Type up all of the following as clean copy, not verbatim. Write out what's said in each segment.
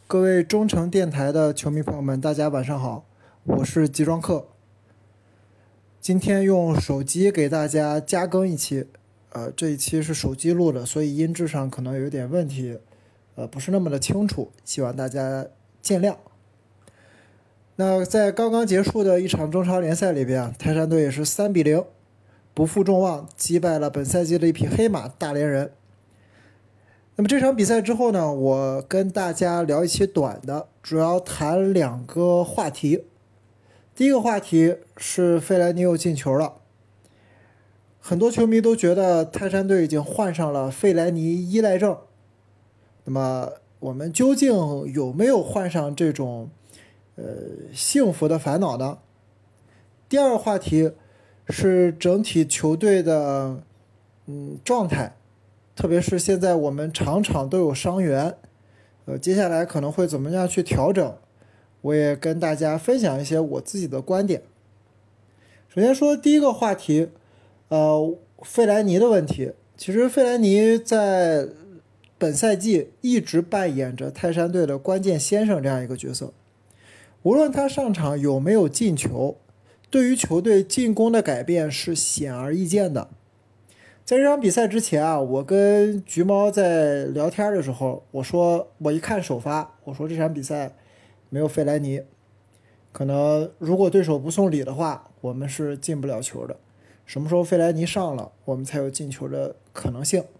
各位中诚电台的球迷朋友们，大家晚上好，我是集装客。今天用手机给大家加更一期，这一期是手机录的，所以音质上可能有点问题，不是那么的清楚，希望大家见谅。那在刚刚结束的一场中超联赛里边，泰山队也是3-0，不负众望，击败了本赛季的一匹黑马大连人。那么这场比赛之后呢，我跟大家聊一期短的，主要谈两个话题。第一个话题是费莱尼又进球了，很多球迷都觉得泰山队已经患上了费莱尼依赖症。那么我们究竟有没有患上这种幸福的烦恼呢？第二个话题是整体球队的状态。特别是现在我们场场都有伤员，接下来可能会怎么样去调整，我也跟大家分享一些我自己的观点。首先说第一个话题，费莱尼的问题。其实费莱尼在本赛季一直扮演着泰山队的关键先生这样一个角色，无论他上场有没有进球，对于球队进攻的改变是显而易见的。在这场比赛之前啊，我跟橘猫在聊天的时候，我一看首发，我说这场比赛没有费莱尼，可能如果对手不送礼的话，我们是进不了球的。什么时候费莱尼上了，我们才有进球的可能性。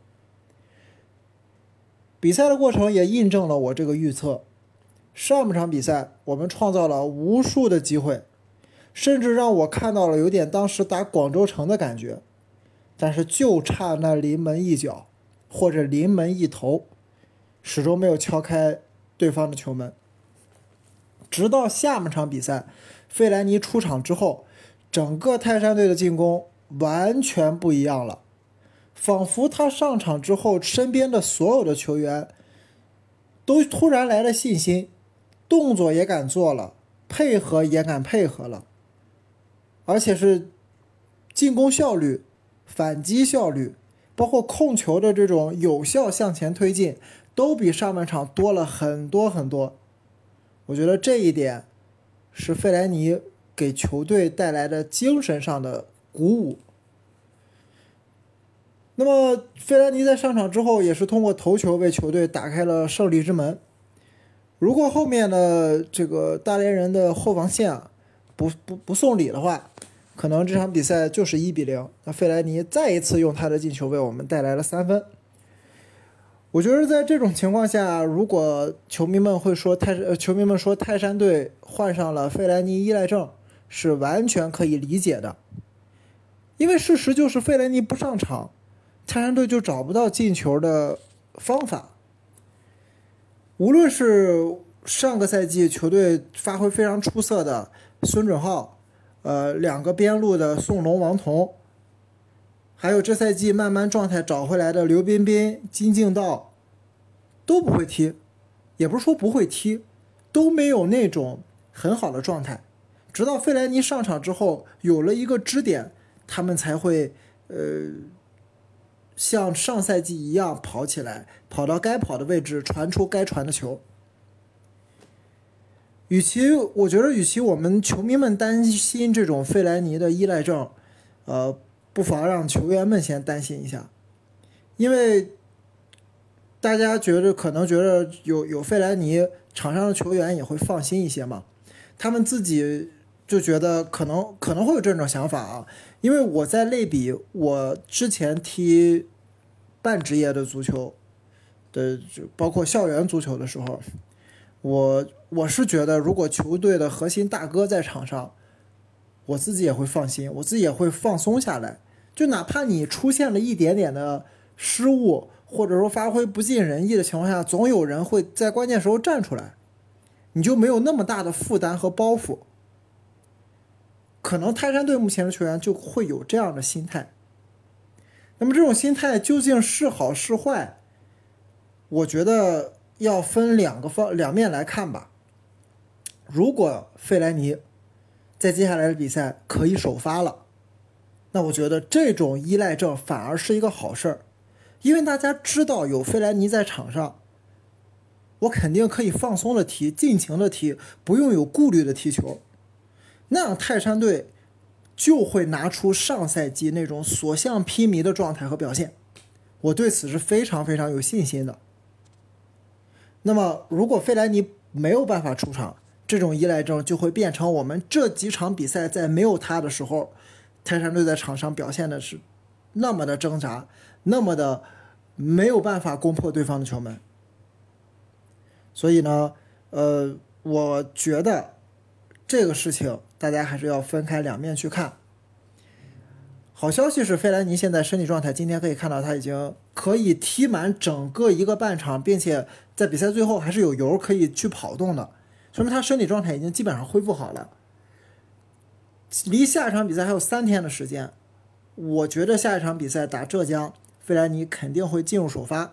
比赛的过程也印证了我这个预测。上半场比赛我们创造了无数的机会，甚至让我看到了有点当时打广州城的感觉。但是就差那临门一脚或者临门一头，始终没有敲开对方的球门。直到下半场比赛，费莱尼出场之后，整个泰山队的进攻完全不一样了，仿佛他上场之后，身边的所有的球员都突然来了信心，动作也敢做了，配合也敢配合了，而且是进攻效率、反击效率，包括控球的这种有效向前推进，都比上半场多了很多很多。我觉得这一点是费莱尼给球队带来的精神上的鼓舞。那么费莱尼在上场之后也是通过头球为球队打开了胜利之门。如果后面的这个大连人的后防线啊不送礼的话，可能这场比赛就是1-0。那费莱尼再一次用他的进球为我们带来了3分。我觉得在这种情况下，如果球迷们说泰山队患上了费莱尼依赖症，是完全可以理解的。因为事实就是费莱尼不上场，泰山队就找不到进球的方法。无论是上个赛季球队发挥非常出色的孙准浩，两个边路的宋龙、王彤，还有这赛季慢慢状态找回来的刘彬彬、金敬道，都不会踢，也不是说不会踢，都没有那种很好的状态。直到费莱尼上场之后，有了一个支点，他们才会像上赛季一样跑起来，跑到该跑的位置，传出该传的球。我觉得与其我们球迷们担心这种费莱尼的依赖症，不妨让球员们先担心一下。因为大家可能觉得有费莱尼，场上的球员也会放心一些嘛。他们自己就觉得可能会有这种想法啊。因为我在类比我之前踢半职业的足球的，包括校园足球的时候，我是觉得如果球队的核心大哥在场上，我自己也会放心，我自己也会放松下来。就哪怕你出现了一点点的失误，或者说发挥不尽人意的情况下，总有人会在关键时候站出来，你就没有那么大的负担和包袱。可能泰山队目前的球员就会有这样的心态。那么这种心态究竟是好是坏，我觉得要分两面来看吧。如果费莱尼在接下来的比赛可以首发了，那我觉得这种依赖症反而是一个好事儿，因为大家知道有费莱尼在场上， 我肯定可以放松的踢，尽情的踢，不用有顾虑的踢球。那样泰山队就会拿出上赛季那种所向披靡的状态和表现，我对此是非常非常有信心的。那么如果费莱尼没有办法出场，这种依赖症就会变成我们这几场比赛在没有他的时候，泰山队在场上表现的是那么的挣扎，那么的没有办法攻破对方的球门。所以呢，我觉得这个事情大家还是要分开两面去看。好消息是费莱尼现在身体状态，今天可以看到他已经可以踢满整个一个半场，并且在比赛最后还是有油可以去跑动的，说明他身体状态已经基本上恢复好了。离下一场比赛还有3天的时间，我觉得下一场比赛打浙江，费莱尼肯定会进入首发。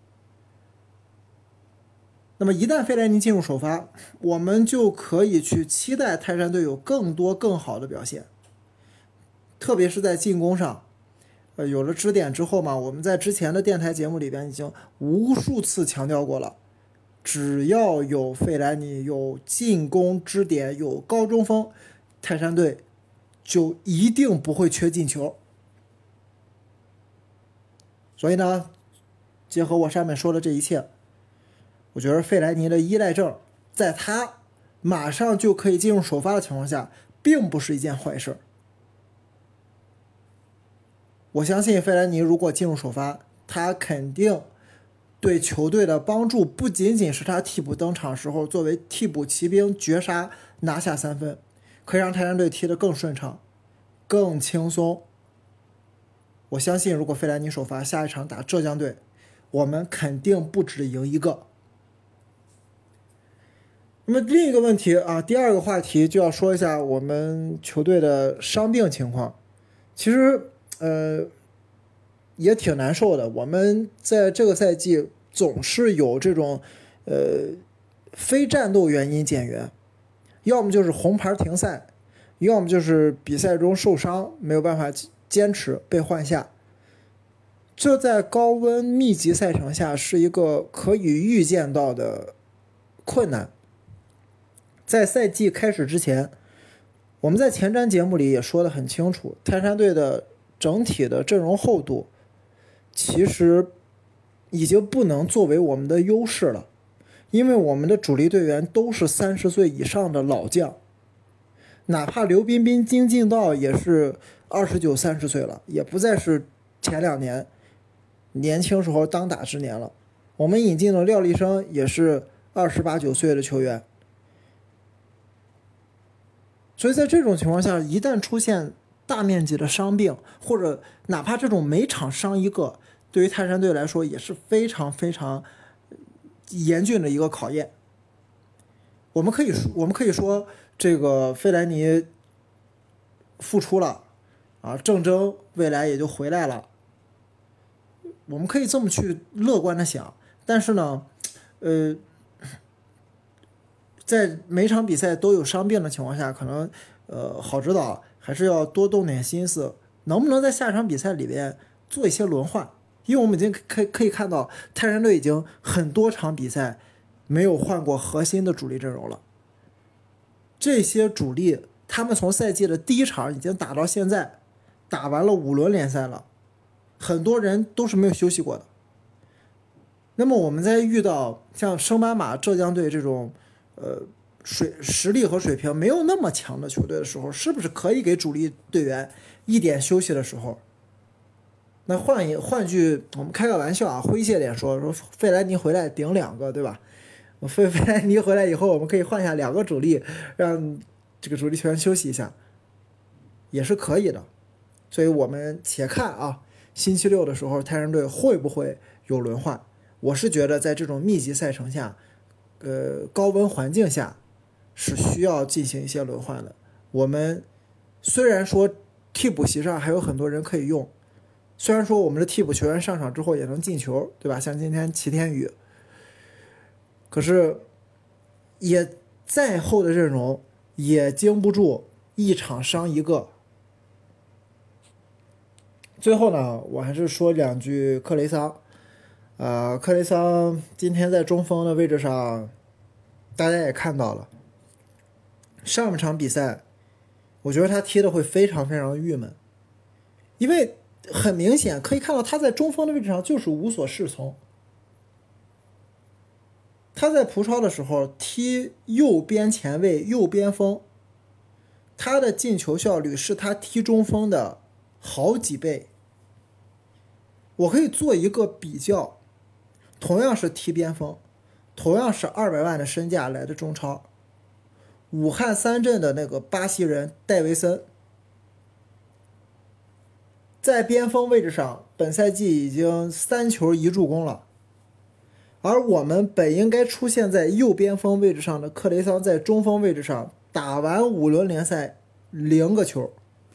那么一旦费莱尼进入首发，我们就可以去期待泰山队有更多更好的表现，特别是在进攻上。有了支点之后嘛，我们在之前的电台节目里边已经无数次强调过了，只要有费莱尼，有进攻支点，有高中锋，泰山队就一定不会缺进球。所以呢，结合我上面说的这一切，我觉得费莱尼的依赖症在他马上就可以进入首发的情况下，并不是一件坏事。我相信费莱尼如果进入首发，他肯定对球队的帮助不仅仅是他替补登场时候作为替补骑兵绝杀拿下3分，可以让泰山队踢得更顺畅更轻松。我相信如果费莱尼首发，下一场打浙江队，我们肯定不止赢一个。那么另一个问题啊，第二个话题就要说一下我们球队的伤病情况。其实也挺难受的，我们在这个赛季总是有这种非战斗原因减员，要么就是红牌停赛，要么就是比赛中受伤没有办法坚持被换下。这在高温密集赛程下是一个可以预见到的困难。在赛季开始之前，我们在前瞻节目里也说得很清楚，泰山队的整体的阵容厚度其实已经不能作为我们的优势了，因为我们的主力队员都是30岁以上的老将，哪怕刘彬彬、金敬道也是29、30岁了，也不再是前2年年轻时候当打之年了。我们引进的廖立生也是28、29岁的球员，所以在这种情况下，一旦出现大面积的伤病，或者哪怕这种每场伤一个，对于泰山队来说也是非常非常严峻的一个考验。我们可以说这个费莱尼复出了啊，郑铮未来也就回来了，我们可以这么去乐观的想。但是呢在每场比赛都有伤病的情况下，可能郝指导还是要多动点心思，能不能在下场比赛里边做一些轮换。因为我们已经可以看到泰山队已经很多场比赛没有换过核心的主力阵容了。这些主力他们从赛季的第1场已经打到现在，打完了5轮联赛了，很多人都是没有休息过的。那么我们在遇到像升班马浙江队这种实力和水平没有那么强的球队的时候，是不是可以给主力队员一点休息的时候？那换句我们开个玩笑啊，诙谐点说费莱尼回来顶2个，对吧？费莱尼回来以后，我们可以换下2个主力，让这个主力球员休息一下，也是可以的。所以我们且看啊，星期6的时候泰山队会不会有轮换？我是觉得在这种密集赛程下高温环境下是需要进行一些轮换的。我们虽然说替补席上还有很多人可以用，虽然说我们的替补球员上场之后也能进球，对吧？像今天齐天宇，可是也再厚的阵容也经不住一场伤一个。最后呢，我还是说2句克雷桑克雷桑今天在中锋的位置上，大家也看到了，上一场比赛，我觉得他踢的会非常非常郁闷，因为很明显可以看到他在中锋的位置上就是无所适从。他在葡超的时候踢右边前卫、右边锋，他的进球效率是他踢中锋的好几倍。我可以做一个比较，同样是踢边锋，同样是200万的身价来的中超，武汉三镇的那个巴西人戴维森，在边锋位置上，本赛季已经3球1助攻了。而我们本应该出现在右边锋位置上的克雷桑，在中锋位置上打完5轮联赛0个球，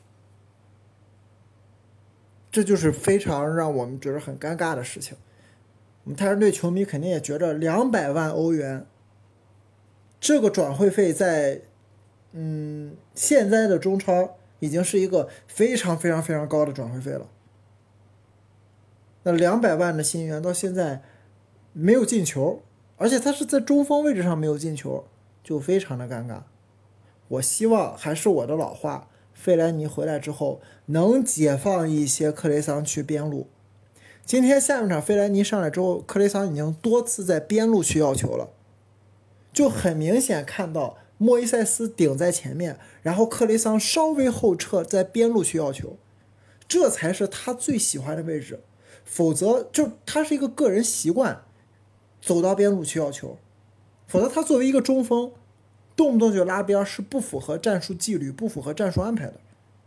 这就是非常让我们觉得很尴尬的事情。我们泰山队球迷肯定也觉得200万欧元这个转会费在现在的中超已经是一个非常非常非常高的转会费了。那200万的新援到现在没有进球，而且他是在中锋位置上没有进球，就非常的尴尬。我希望还是我的老话，费莱尼回来之后能解放一些克雷桑去边路。今天下半场费莱尼上来之后，克雷桑已经多次在边路去要球了，就很明显看到莫伊塞斯顶在前面，然后克雷桑稍微后撤在边路去要球，这才是他最喜欢的位置。否则就他是一个个人习惯走到边路去要球，否则他作为一个中锋动不动就拉边是不符合战术纪律、不符合战术安排的。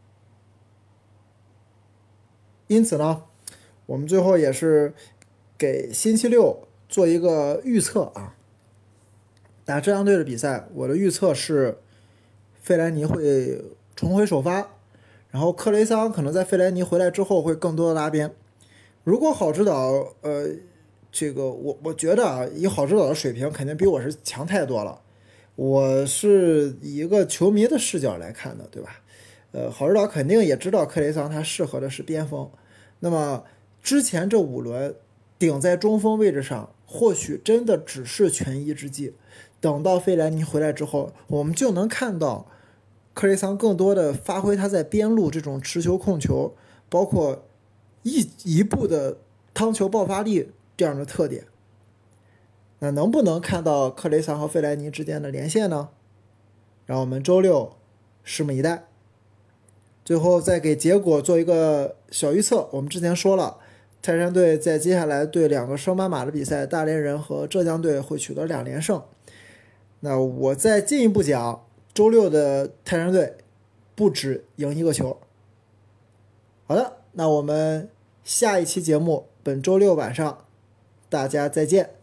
因此呢，我们最后也是给星期六做一个预测啊。打浙江队的比赛，我的预测是费莱尼会重回首发，然后克雷桑可能在费莱尼回来之后会更多的拉边。如果郝指导这个我觉得啊，以郝指导的水平肯定比我是强太多了。我是以一个球迷的视角来看的，对吧？郝指导肯定也知道克雷桑他适合的是边锋，那么之前这5轮顶在中锋位置上，或许真的只是权宜之计。等到费莱尼回来之后，我们就能看到克雷桑更多的发挥他在边路这种持球控球，包括一步的趟球爆发力这样的特点。那能不能看到克雷桑和费莱尼之间的连线呢？让我们周六拭目以待。最后再给结果做一个小预测。我们之前说了，泰山队在接下来对2个双斑马的比赛，大连人和浙江队会取得2连胜。那我再进一步讲，周六的泰山队不止赢1个球。好的，那我们下一期节目本周六晚上大家再见。